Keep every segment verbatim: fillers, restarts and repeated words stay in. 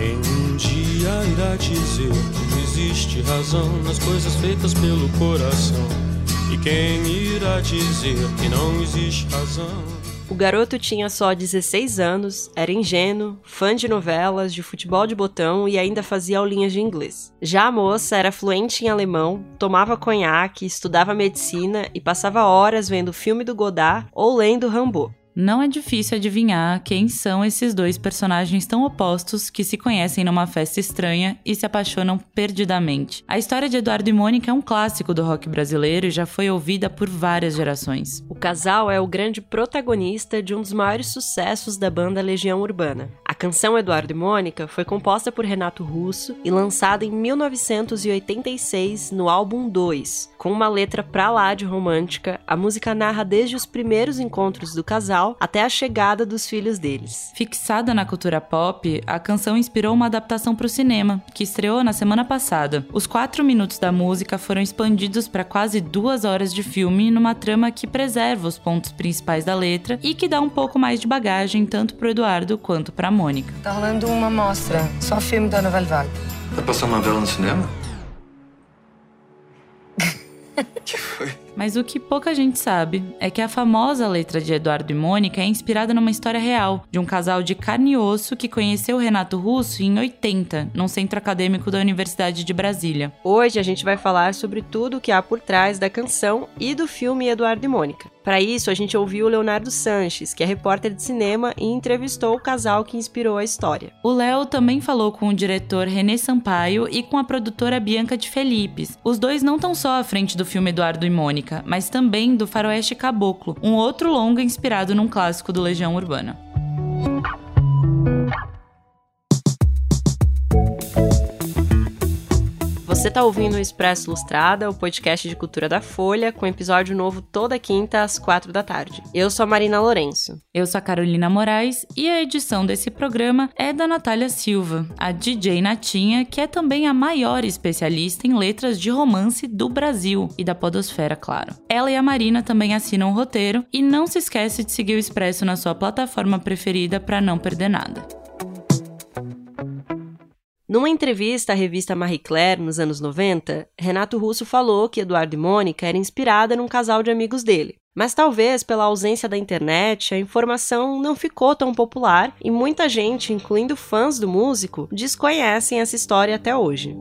Quem um dia irá dizer que não existe razão nas coisas feitas pelo coração? E quem irá dizer que não existe razão? O garoto tinha só dezesseis anos, era ingênuo, fã de novelas, de futebol de botão e ainda fazia aulinhas de inglês. Já a moça era fluente em alemão, tomava conhaque, estudava medicina e passava horas vendo o filme do Godard ou lendo Rambo. Não é difícil adivinhar quem são esses dois personagens tão opostos que se conhecem numa festa estranha e se apaixonam perdidamente. A história de Eduardo e Mônica é um clássico do rock brasileiro e já foi ouvida por várias gerações. O casal é o grande protagonista de um dos maiores sucessos da banda Legião Urbana. A canção Eduardo e Mônica foi composta por Renato Russo e lançada em mil novecentos e oitenta e seis no álbum dois. Com uma letra pra lá de romântica, a música narra desde os primeiros encontros do casal até a chegada dos filhos deles. Fixada na cultura pop, a canção inspirou uma adaptação para o cinema, que estreou na semana passada. Os quatro minutos da música foram expandidos para quase duas horas de filme numa trama que preserva os pontos principais da letra e que dá um pouco mais de bagagem tanto pro Eduardo quanto pra Mônica. Tá rolando uma mostra, só filme da Novela Vague. Vai passar uma novela no cinema? Que foi? Mas o que pouca gente sabe é que a famosa letra de Eduardo e Mônica é inspirada numa história real, de um casal de carne e osso que conheceu Renato Russo em oitenta, num centro acadêmico da Universidade de Brasília. Hoje a gente vai falar sobre tudo o que há por trás da canção e do filme Eduardo e Mônica. Para isso, a gente ouviu o Leonardo Sanches, que é repórter de cinema e entrevistou o casal que inspirou a história. O Léo também falou com o diretor René Sampaio e com a produtora Bianca de Felipes. Os dois não estão só à frente do filme Eduardo e Mônica, mas também do Faroeste Caboclo, um outro longa inspirado num clássico do Legião Urbana. Você tá ouvindo o Expresso Ilustrada, o podcast de cultura da Folha, com episódio novo toda quinta às quatro da tarde. Eu sou a Marina Lourenço. Eu sou a Carolina Moraes e a edição desse programa é da Natália Silva, a D J Natinha, que é também a maior especialista em letras de romance do Brasil e da podosfera, claro. Ela e a Marina também assinam o roteiro e não se esquece de seguir o Expresso na sua plataforma preferida para não perder nada. Numa entrevista à revista Marie Claire, nos anos noventa, Renato Russo falou que Eduardo e Mônica era inspirada num casal de amigos dele. Mas talvez pela ausência da internet, a informação não ficou tão popular e muita gente, incluindo fãs do músico, desconhecem essa história até hoje.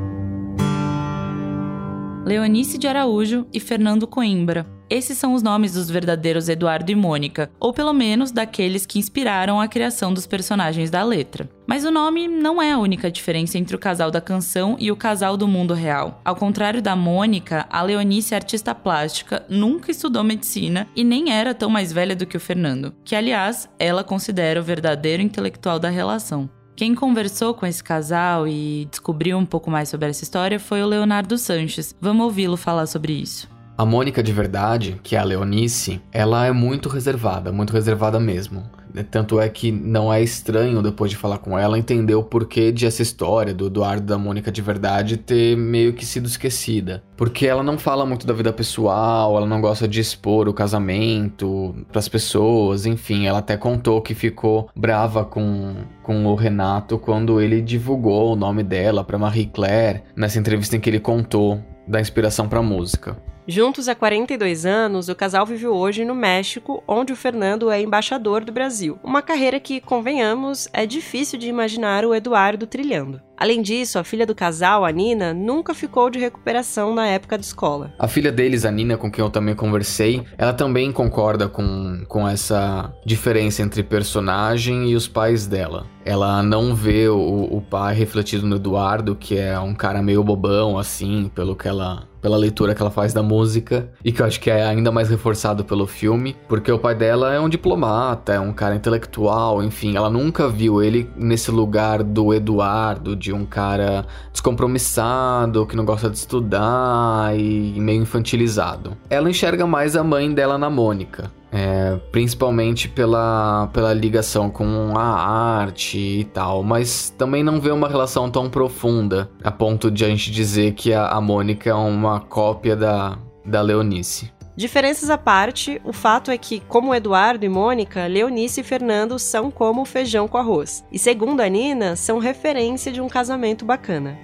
Leonice de Araújo e Fernando Coimbra. Esses são os nomes dos verdadeiros Eduardo e Mônica, ou pelo menos daqueles que inspiraram a criação dos personagens da letra. Mas o nome não é a única diferença entre o casal da canção e o casal do mundo real. Ao contrário da Mônica, a Leonice é artista plástica, nunca estudou medicina e nem era tão mais velha do que o Fernando, que aliás, ela considera o verdadeiro intelectual da relação. Quem conversou com esse casal e descobriu um pouco mais sobre essa história foi o Leonardo Sanches. Vamos ouvi-lo falar sobre isso. A Mônica de verdade, que é a Leonice, ela é muito reservada, muito reservada mesmo. Tanto é que não é estranho, depois de falar com ela, entender o porquê de essa história do Eduardo e da Mônica de verdade ter meio que sido esquecida. Porque ela não fala muito da vida pessoal, ela não gosta de expor o casamento pras pessoas, enfim. Ela até contou que ficou brava com, com o Renato quando ele divulgou o nome dela pra Marie Claire, nessa entrevista em que ele contou da inspiração pra música. Juntos há quarenta e dois anos, o casal vive hoje no México, onde o Fernando é embaixador do Brasil. Uma carreira que, convenhamos, é difícil de imaginar o Eduardo trilhando. Além disso, a filha do casal, a Nina, nunca ficou de recuperação na época de escola. A filha deles, a Nina, com quem eu também conversei, ela também concorda com, com essa diferença entre personagem e os pais dela. Ela não vê o, o pai refletido no Eduardo, que é um cara meio bobão, assim, pelo que ela... pela leitura que ela faz da música, e que eu acho que é ainda mais reforçado pelo filme, porque o pai dela é um diplomata, é um cara intelectual, enfim, ela nunca viu ele nesse lugar do Eduardo, de um cara descompromissado, que não gosta de estudar e meio infantilizado. Ela enxerga mais a mãe dela na Mônica. É, principalmente pela, pela ligação com a arte e tal, mas também não vê uma relação tão profunda a ponto de a gente dizer que a, a Mônica é uma cópia da, da Leonice. Diferenças à parte, o fato é que, como Eduardo e Mônica, Leonice e Fernando são como feijão com arroz. E segundo a Nina, são referência de um casamento bacana.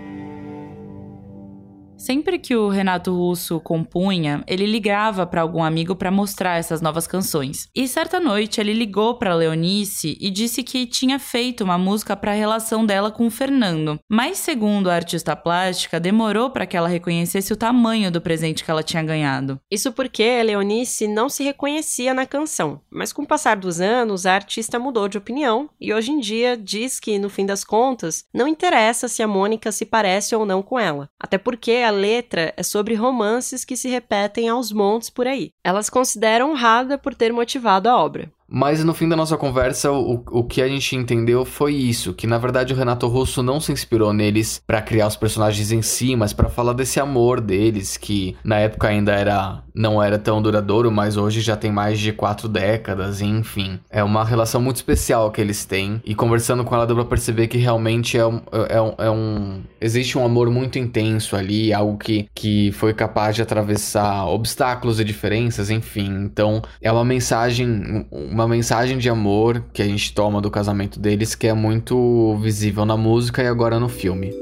Sempre que o Renato Russo compunha, ele ligava para algum amigo para mostrar essas novas canções. E certa noite ele ligou para Leonice e disse que tinha feito uma música para a relação dela com o Fernando. Mas segundo a artista plástica, demorou para que ela reconhecesse o tamanho do presente que ela tinha ganhado. Isso porque a Leonice não se reconhecia na canção, mas com o passar dos anos a artista mudou de opinião e hoje em dia diz que, no fim das contas, não interessa se a Mônica se parece ou não com ela. Até porque a A letra é sobre romances que se repetem aos montes por aí. Ela se considera honrada por ter motivado a obra. Mas no fim da nossa conversa, o, o que a gente entendeu foi isso, que na verdade o Renato Russo não se inspirou neles pra criar os personagens em si, mas pra falar desse amor deles, que na época ainda era, não era tão duradouro, mas hoje já tem mais de quatro décadas, enfim. É uma relação muito especial que eles têm, e conversando com ela deu pra perceber que realmente é um... É um, é um existe um amor muito intenso ali, algo que, que foi capaz de atravessar obstáculos e diferenças, enfim. Então é uma mensagem... Uma mensagem de amor que a gente toma do casamento deles que é muito visível na música e agora no filme.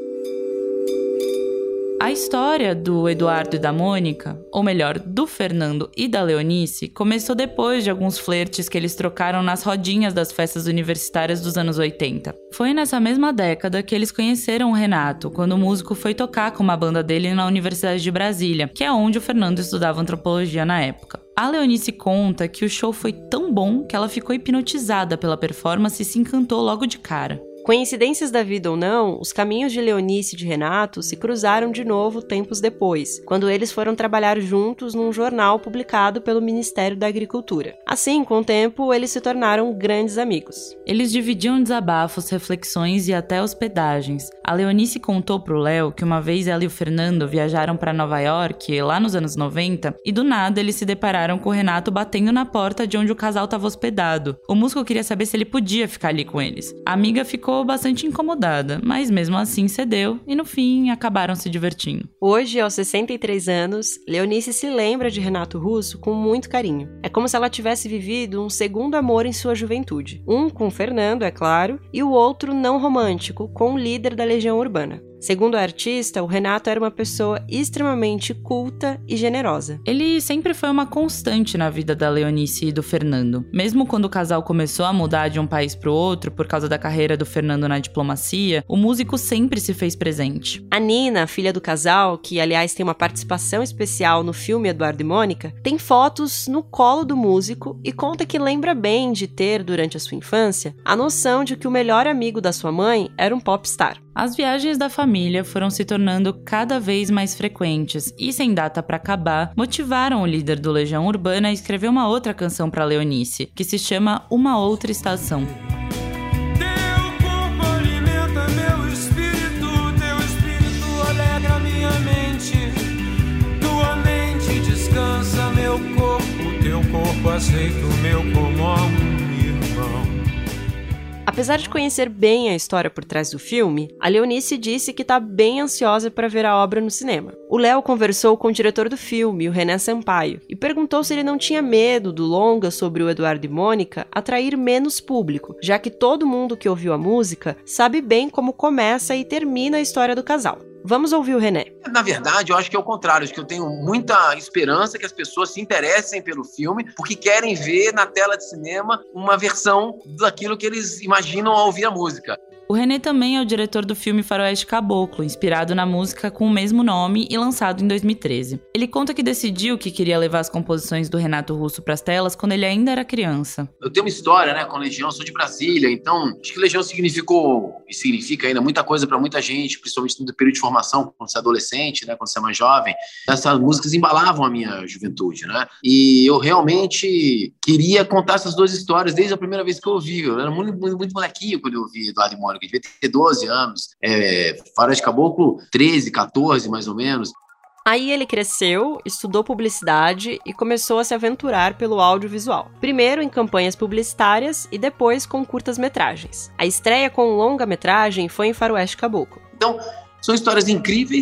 A história do Eduardo e da Mônica, ou melhor, do Fernando e da Leonice, começou depois de alguns flertes que eles trocaram nas rodinhas das festas universitárias dos anos oitenta. Foi nessa mesma década que eles conheceram o Renato, quando o músico foi tocar com uma banda dele na Universidade de Brasília, que é onde o Fernando estudava antropologia na época. A Leonice conta que o show foi tão bom que ela ficou hipnotizada pela performance e se encantou logo de cara. Coincidências da vida ou não, os caminhos de Leonice e de Renato se cruzaram de novo tempos depois, quando eles foram trabalhar juntos num jornal publicado pelo Ministério da Agricultura. Assim, com o tempo, eles se tornaram grandes amigos. Eles dividiam desabafos, reflexões e até hospedagens. A Leonice contou pro Léo que uma vez ela e o Fernando viajaram para Nova York, lá nos anos noventa, e do nada eles se depararam com o Renato batendo na porta de onde o casal estava hospedado. O músico queria saber se ele podia ficar ali com eles. A amiga ficou bastante incomodada, mas mesmo assim cedeu e no fim acabaram se divertindo. Hoje, aos sessenta e três anos, Leonice se lembra de Renato Russo com muito carinho. É como se ela tivesse vivido um segundo amor em sua juventude. Um com Fernando, é claro, e o outro não romântico, com o líder da Legião Urbana. Segundo a artista, o Renato era uma pessoa extremamente culta e generosa. Ele sempre foi uma constante na vida da Leonice e do Fernando. Mesmo quando o casal começou a mudar de um país para o outro por causa da carreira do Fernando na diplomacia, o músico sempre se fez presente. A Nina, filha do casal, que aliás tem uma participação especial no filme Eduardo e Mônica, tem fotos no colo do músico e conta que lembra bem de ter, durante a sua infância, a noção de que o melhor amigo da sua mãe era um popstar. As viagens da família foram se tornando cada vez mais frequentes e, sem data para acabar, motivaram o líder do Legião Urbana a escrever uma outra canção para Leonice, que se chama Uma Outra Estação. Teu corpo alimenta meu espírito, teu espírito alegra minha mente, tua mente descansa meu corpo, teu corpo aceita o meu como um irmão. Apesar de conhecer bem a história por trás do filme, a Leonice disse que está bem ansiosa para ver a obra no cinema. O Léo conversou com o diretor do filme, o René Sampaio, e perguntou se ele não tinha medo do longa sobre o Eduardo e Mônica atrair menos público, já que todo mundo que ouviu a música sabe bem como começa e termina a história do casal. Vamos ouvir o René. Na verdade, eu acho que é o contrário. Acho que eu tenho muita esperança que as pessoas se interessem pelo filme porque querem ver na tela de cinema uma versão daquilo que eles imaginam ao ouvir a música. O René também é o diretor do filme Faroeste Caboclo, inspirado na música com o mesmo nome e lançado em dois mil e treze. Ele conta que decidiu que queria levar as composições do Renato Russo para as telas quando ele ainda era criança. Eu tenho uma história, né, com Legião, eu sou de Brasília, então acho que Legião significou e significa ainda muita coisa para muita gente, principalmente no período de formação, quando você é adolescente, né, quando você é mais jovem. Essas músicas embalavam a minha juventude, né? E eu realmente queria contar essas duas histórias desde a primeira vez que eu ouvi. Eu era muito, muito, muito molequinho quando eu ouvi Eduardo e Mônica. Eu devia ter doze anos, é, Faroeste Caboclo, treze, catorze mais ou menos. Aí ele cresceu, estudou publicidade e começou a se aventurar pelo audiovisual. Primeiro em campanhas publicitárias e depois com curtas-metragens. A estreia com longa-metragem foi em Faroeste Caboclo. Então, são histórias incríveis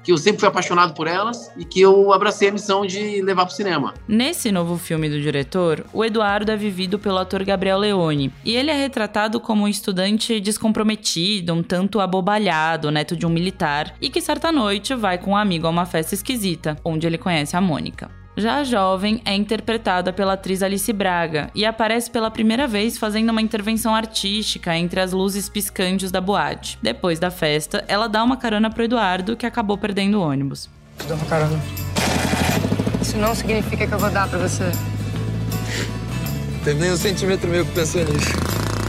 que eu sempre fui apaixonado por elas e que eu abracei a missão de levar pro cinema. Nesse novo filme do diretor, o Eduardo é vivido pelo ator Gabriel Leone, e ele é retratado como um estudante descomprometido, um tanto abobalhado, neto de um militar, e que certa noite vai com um amigo a uma festa esquisita, onde ele conhece a Mônica. Já a jovem é interpretada pela atriz Alice Braga e aparece pela primeira vez fazendo uma intervenção artística entre as luzes piscantes da boate. Depois da festa, ela dá uma carona pro Eduardo, que acabou perdendo o ônibus. Te dou uma carona. Isso não significa que eu vou dar pra você. Tem nem um centímetro meu que pensou nisso.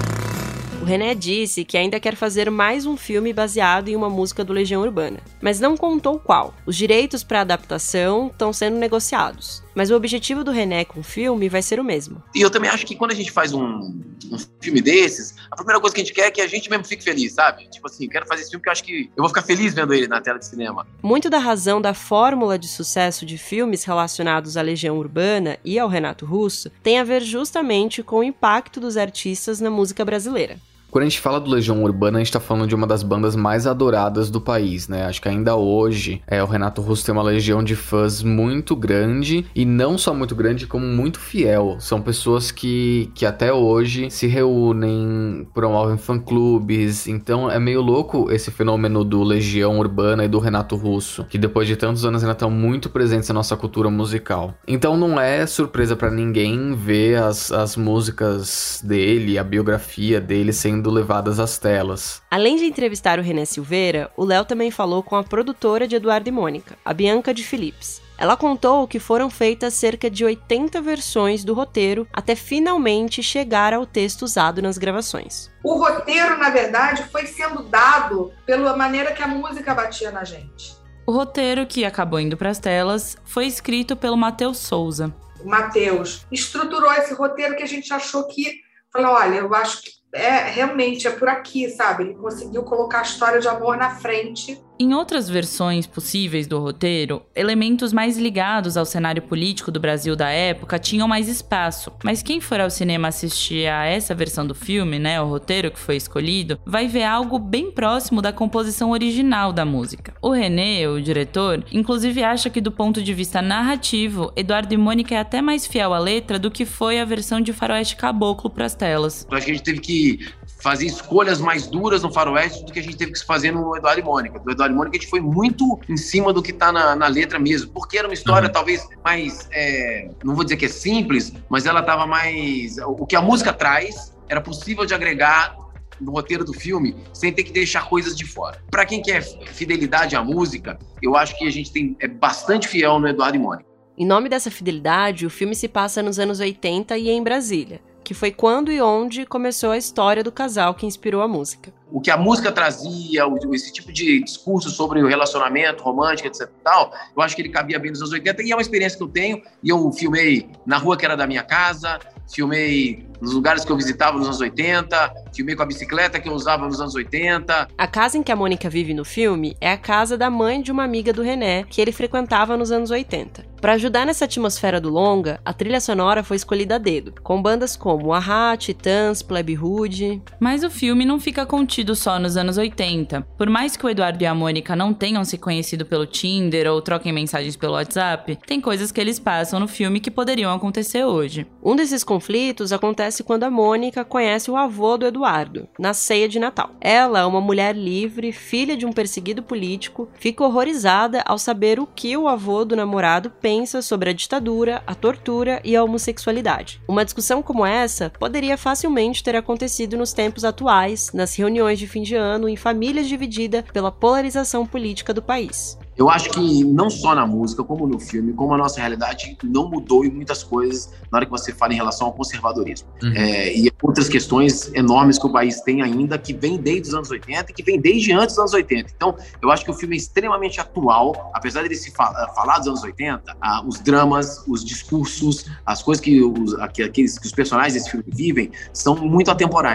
O René disse que ainda quer fazer mais um filme baseado em uma música do Legião Urbana, mas não contou qual. Os direitos para a adaptação estão sendo negociados, mas o objetivo do René com o filme vai ser o mesmo. E eu também acho que quando a gente faz um, um filme desses, a primeira coisa que a gente quer é que a gente mesmo fique feliz, sabe? Tipo assim, eu quero fazer esse filme porque eu acho que eu vou ficar feliz vendo ele na tela de cinema. Muito da razão da fórmula de sucesso de filmes relacionados à Legião Urbana e ao Renato Russo tem a ver justamente com o impacto dos artistas na música brasileira. Quando a gente fala do Legião Urbana, a gente tá falando de uma das bandas mais adoradas do país, né? Acho que ainda hoje é, o Renato Russo tem uma legião de fãs muito grande, e não só muito grande, como muito fiel. São pessoas que, que até hoje se reúnem, promovem fã-clubes, então é meio louco esse fenômeno do Legião Urbana e do Renato Russo, que depois de tantos anos ainda estão muito presentes na nossa cultura musical. Então não é surpresa pra ninguém ver as, as músicas dele, a biografia dele sendo levadas às telas. Além de entrevistar o René Silveira, o Léo também falou com a produtora de Eduardo e Mônica, a Bianca de Philips. Ela contou que foram feitas cerca de oitenta versões do roteiro até finalmente chegar ao texto usado nas gravações. O roteiro, na verdade, foi sendo dado pela maneira que a música batia na gente. O roteiro, que acabou indo para as telas, foi escrito pelo Matheus Souza. O Matheus estruturou esse roteiro que a gente achou que... Falou, olha, eu acho que é, realmente é por aqui, sabe? Ele conseguiu colocar a história de amor na frente. Em outras versões possíveis do roteiro, elementos mais ligados ao cenário político do Brasil da época tinham mais espaço, mas quem for ao cinema assistir a essa versão do filme, né, o roteiro que foi escolhido, vai ver algo bem próximo da composição original da música. O René, o diretor, inclusive acha que do ponto de vista narrativo, Eduardo e Mônica é até mais fiel à letra do que foi a versão de Faroeste Caboclo para as telas. Eu acho que a gente teve que fazer escolhas mais duras no Faroeste do que a gente teve que fazer no Eduardo e Mônica. Do Eduardo e Mônica a gente foi muito em cima do que tá na, na letra mesmo, porque era uma história uhum. talvez mais, é, não vou dizer que é simples, mas ela tava mais... O que a música traz era possível de agregar no roteiro do filme sem ter que deixar coisas de fora. Para quem quer fidelidade à música, eu acho que a gente tem, é bastante fiel no Eduardo e Mônica. Em nome dessa fidelidade, o filme se passa nos anos oitenta e em Brasília, que foi quando e onde começou a história do casal que inspirou a música. O que a música trazia, esse tipo de discurso sobre o relacionamento romântico, etc e tal, eu acho que ele cabia bem nos anos oitenta, e é uma experiência que eu tenho, e eu filmei na rua que era da minha casa, filmei nos lugares que eu visitava nos anos oitenta, filmei com a bicicleta que eu usava nos anos oitenta. A casa em que a Mônica vive no filme é a casa da mãe de uma amiga do René, que ele frequentava nos anos oitenta. Para ajudar nessa atmosfera do longa, a trilha sonora foi escolhida a dedo, com bandas como A-ha, Titãs, Plebe Rude... Mas o filme não fica contido só nos anos oitenta. Por mais que o Eduardo e a Mônica não tenham se conhecido pelo Tinder ou troquem mensagens pelo WhatsApp, tem coisas que eles passam no filme que poderiam acontecer hoje. Um desses conflitos acontece quando a Mônica conhece o avô do Eduardo, na ceia de Natal. Ela, uma mulher livre, filha de um perseguido político, fica horrorizada ao saber o que o avô do namorado pensa sobre a ditadura, a tortura e a homossexualidade. Uma discussão como essa poderia facilmente ter acontecido nos tempos atuais, nas reuniões de fim de ano, em famílias divididas pela polarização política do país. Eu acho que não só na música, como no filme, como a nossa realidade não mudou em muitas coisas na hora que você fala em relação ao conservadorismo. Uhum. É, e outras questões enormes que o país tem ainda, que vem desde os anos oitenta e que vem desde antes dos anos oitenta. Então, eu acho que o filme é extremamente atual, apesar de ele se falar, falar dos anos oitenta, ah, os dramas, os discursos, as coisas que os, aqueles, que os personagens desse filme vivem, são muito atemporais.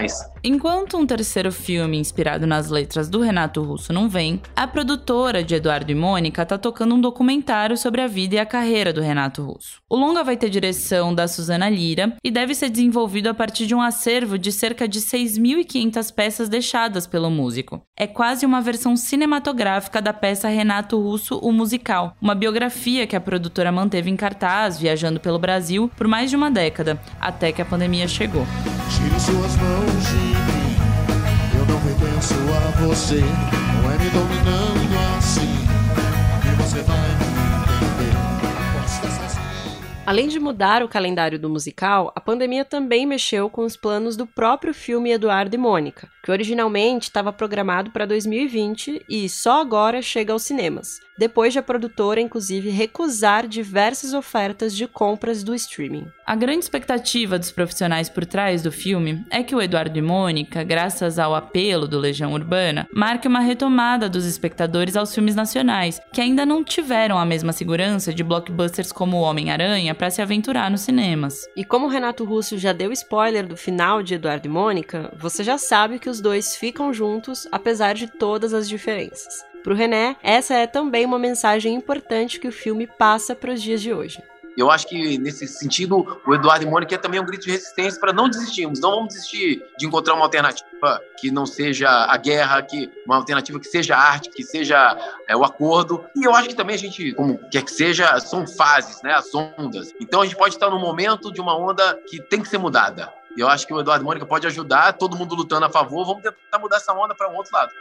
Enquanto um terceiro filme inspirado nas letras do Renato Russo não vem, a produtora de Eduardo e Mônica tá tocando um documentário sobre a vida e a carreira do Renato Russo. O longa vai ter direção da Suzana Lira e deve ser desenvolvido a partir de um acervo de cerca de seis mil e quinhentas peças deixadas pelo músico. É quase uma versão cinematográfica da peça Renato Russo, o musical, uma biografia que a produtora manteve em cartaz, viajando pelo Brasil por mais de uma década, até que a pandemia chegou. Tire suas mãos de mim, eu não pertenço a você, não é me dominando assim, que você vai me entender, posso estar sozinho. Além de mudar o calendário do musical, a pandemia também mexeu com os planos do próprio filme Eduardo e Mônica, que originalmente estava programado para dois mil e vinte e só agora chega aos cinemas, depois de a produtora, inclusive, recusar diversas ofertas de compras do streaming. A grande expectativa dos profissionais por trás do filme é que o Eduardo e Mônica, graças ao apelo do Legião Urbana, marque uma retomada dos espectadores aos filmes nacionais, que ainda não tiveram a mesma segurança de blockbusters como o Homem-Aranha para se aventurar nos cinemas. E como o Renato Russo já deu spoiler do final de Eduardo e Mônica, você já sabe que os dois ficam juntos, apesar de todas as diferenças. Para o René, essa é também uma mensagem importante que o filme passa para os dias de hoje. Eu acho que, nesse sentido, o Eduardo e Mônica é também um grito de resistência para não desistirmos. Não vamos desistir de encontrar uma alternativa que não seja a guerra, que, uma alternativa que seja a arte, que seja é, o acordo. E eu acho que também a gente, como quer que seja, são fases, né, as ondas. Então a gente pode estar num momento de uma onda que tem que ser mudada. E eu acho que o Eduardo e Mônica pode ajudar, todo mundo lutando a favor. Vamos tentar mudar essa onda para um outro lado.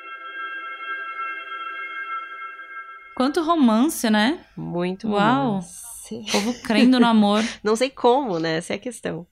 Quanto romance, né? Muito Uau. romance. O povo crendo no amor. Não sei como, né? Essa é a questão.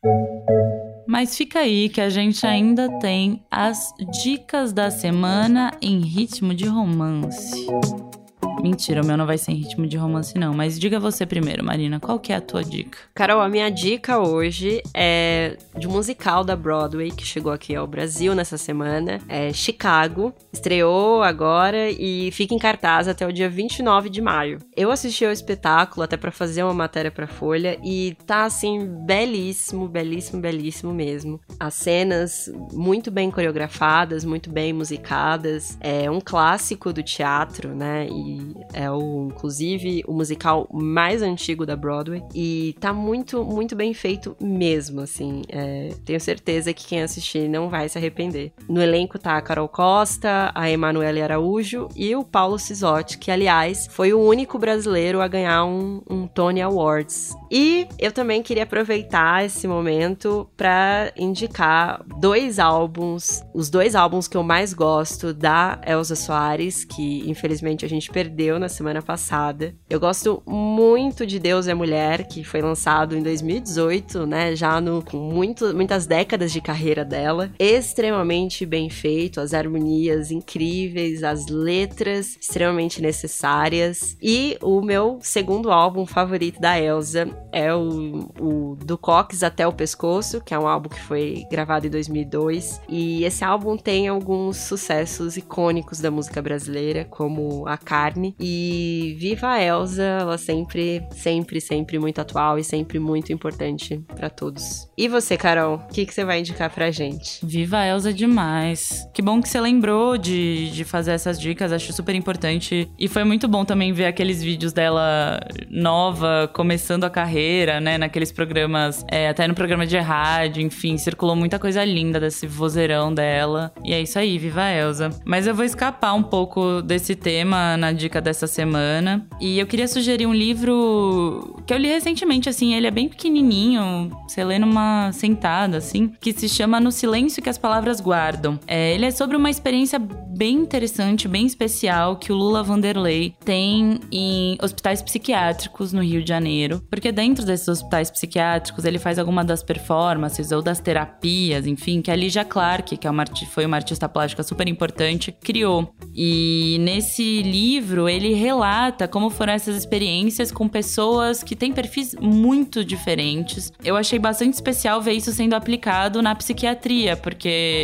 Mas fica aí que a gente ainda tem as dicas da semana em ritmo de romance. Mentira, o meu não vai ser em ritmo de romance não, mas diga você primeiro, Marina, qual que é a tua dica? Carol, a minha dica hoje é de um musical da Broadway que chegou aqui ao Brasil nessa semana, é Chicago, estreou agora e fica em cartaz até o dia vinte e nove de maio. Eu assisti ao espetáculo até pra fazer uma matéria pra Folha e tá assim, belíssimo, belíssimo, belíssimo mesmo. As cenas muito bem coreografadas, muito bem musicadas, é um clássico do teatro, né, e é o, inclusive, o musical mais antigo da Broadway e tá muito, muito bem feito mesmo, assim. É, tenho certeza que quem assistir não vai se arrepender. No elenco tá a Carol Costa, a Emanuele Araújo e o Paulo Cisotti, que, aliás, foi o único brasileiro a ganhar um, um Tony Awards. E eu também queria aproveitar esse momento pra indicar dois álbuns, os dois álbuns que eu mais gosto da Elza Soares, que infelizmente a gente perdeu na semana passada. Eu gosto muito de Deus é Mulher, que foi lançado em dois mil e dezoito, né, já no, com muito, muitas décadas de carreira dela. Extremamente bem feito, as harmonias incríveis, as letras extremamente necessárias. E o meu segundo álbum favorito da Elza é o, o Do Cox Até o Pescoço, que é um álbum que foi gravado em dois mil e dois. E esse álbum tem alguns sucessos icônicos da música brasileira, como A Carne. E viva a Elza, ela sempre, sempre, sempre muito atual e sempre muito importante pra todos. E você, Carol, o que, que você vai indicar pra gente? Viva a Elza demais. Que bom que você lembrou de, de fazer essas dicas, acho super importante. E foi muito bom também ver aqueles vídeos dela nova, começando a carreira, né, naqueles programas, é, até no programa de rádio, enfim, circulou muita coisa linda desse vozeirão dela. E é isso aí, viva a Elza. Mas eu vou escapar um pouco desse tema na dica dessa semana. E eu queria sugerir um livro que eu li recentemente, assim, ele é bem pequenininho, você lê numa sentada, assim, que se chama No Silêncio que as Palavras Guardam. É, ele é sobre uma experiência bem interessante, bem especial, que o Lula Vanderlei tem em hospitais psiquiátricos no Rio de Janeiro, porque dentro desses hospitais psiquiátricos ele faz alguma das performances ou das terapias, enfim, que a Lígia Clark, que é uma, foi uma artista plástica super importante, criou. E nesse livro ele relata como foram essas experiências com pessoas que têm perfis muito diferentes. Eu achei bastante especial ver isso sendo aplicado na psiquiatria, porque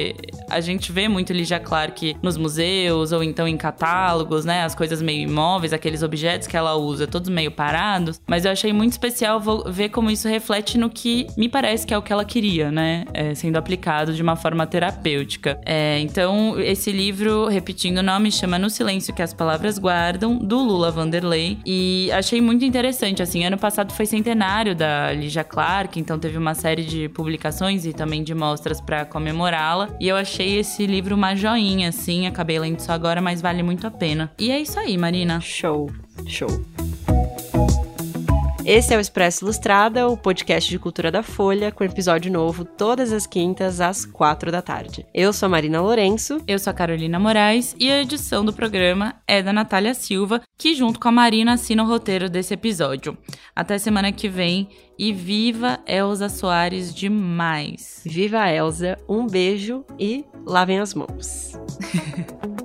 A gente vê muito Lygia Clark nos museus ou então em catálogos, né? As coisas meio imóveis, aqueles objetos que ela usa, todos meio parados. Mas eu achei muito especial ver como isso reflete no que me parece que é o que ela queria, né? É, sendo aplicado de uma forma terapêutica. É, então, esse livro, repetindo o nome, chama No Silêncio que as Palavras Guardam, do Lula Vanderlei. E achei muito interessante, assim, ano passado foi centenário da Lygia Clark, então teve uma série de publicações e também de mostras pra comemorá-la. E eu achei esse livro uma joinha, assim, acabei lendo só agora, mas vale muito a pena. E é isso aí, Marina. Show, show. Esse é o Expresso Ilustrada, o podcast de cultura da Folha, com episódio novo todas as quintas às quatro da tarde. Eu sou a Marina Lourenço. Eu sou a Carolina Moraes e a edição do programa é da Natália Silva, que junto com a Marina assina o roteiro desse episódio. Até semana que vem e viva Elza Soares demais! Viva Elza, um beijo e lavem as mãos.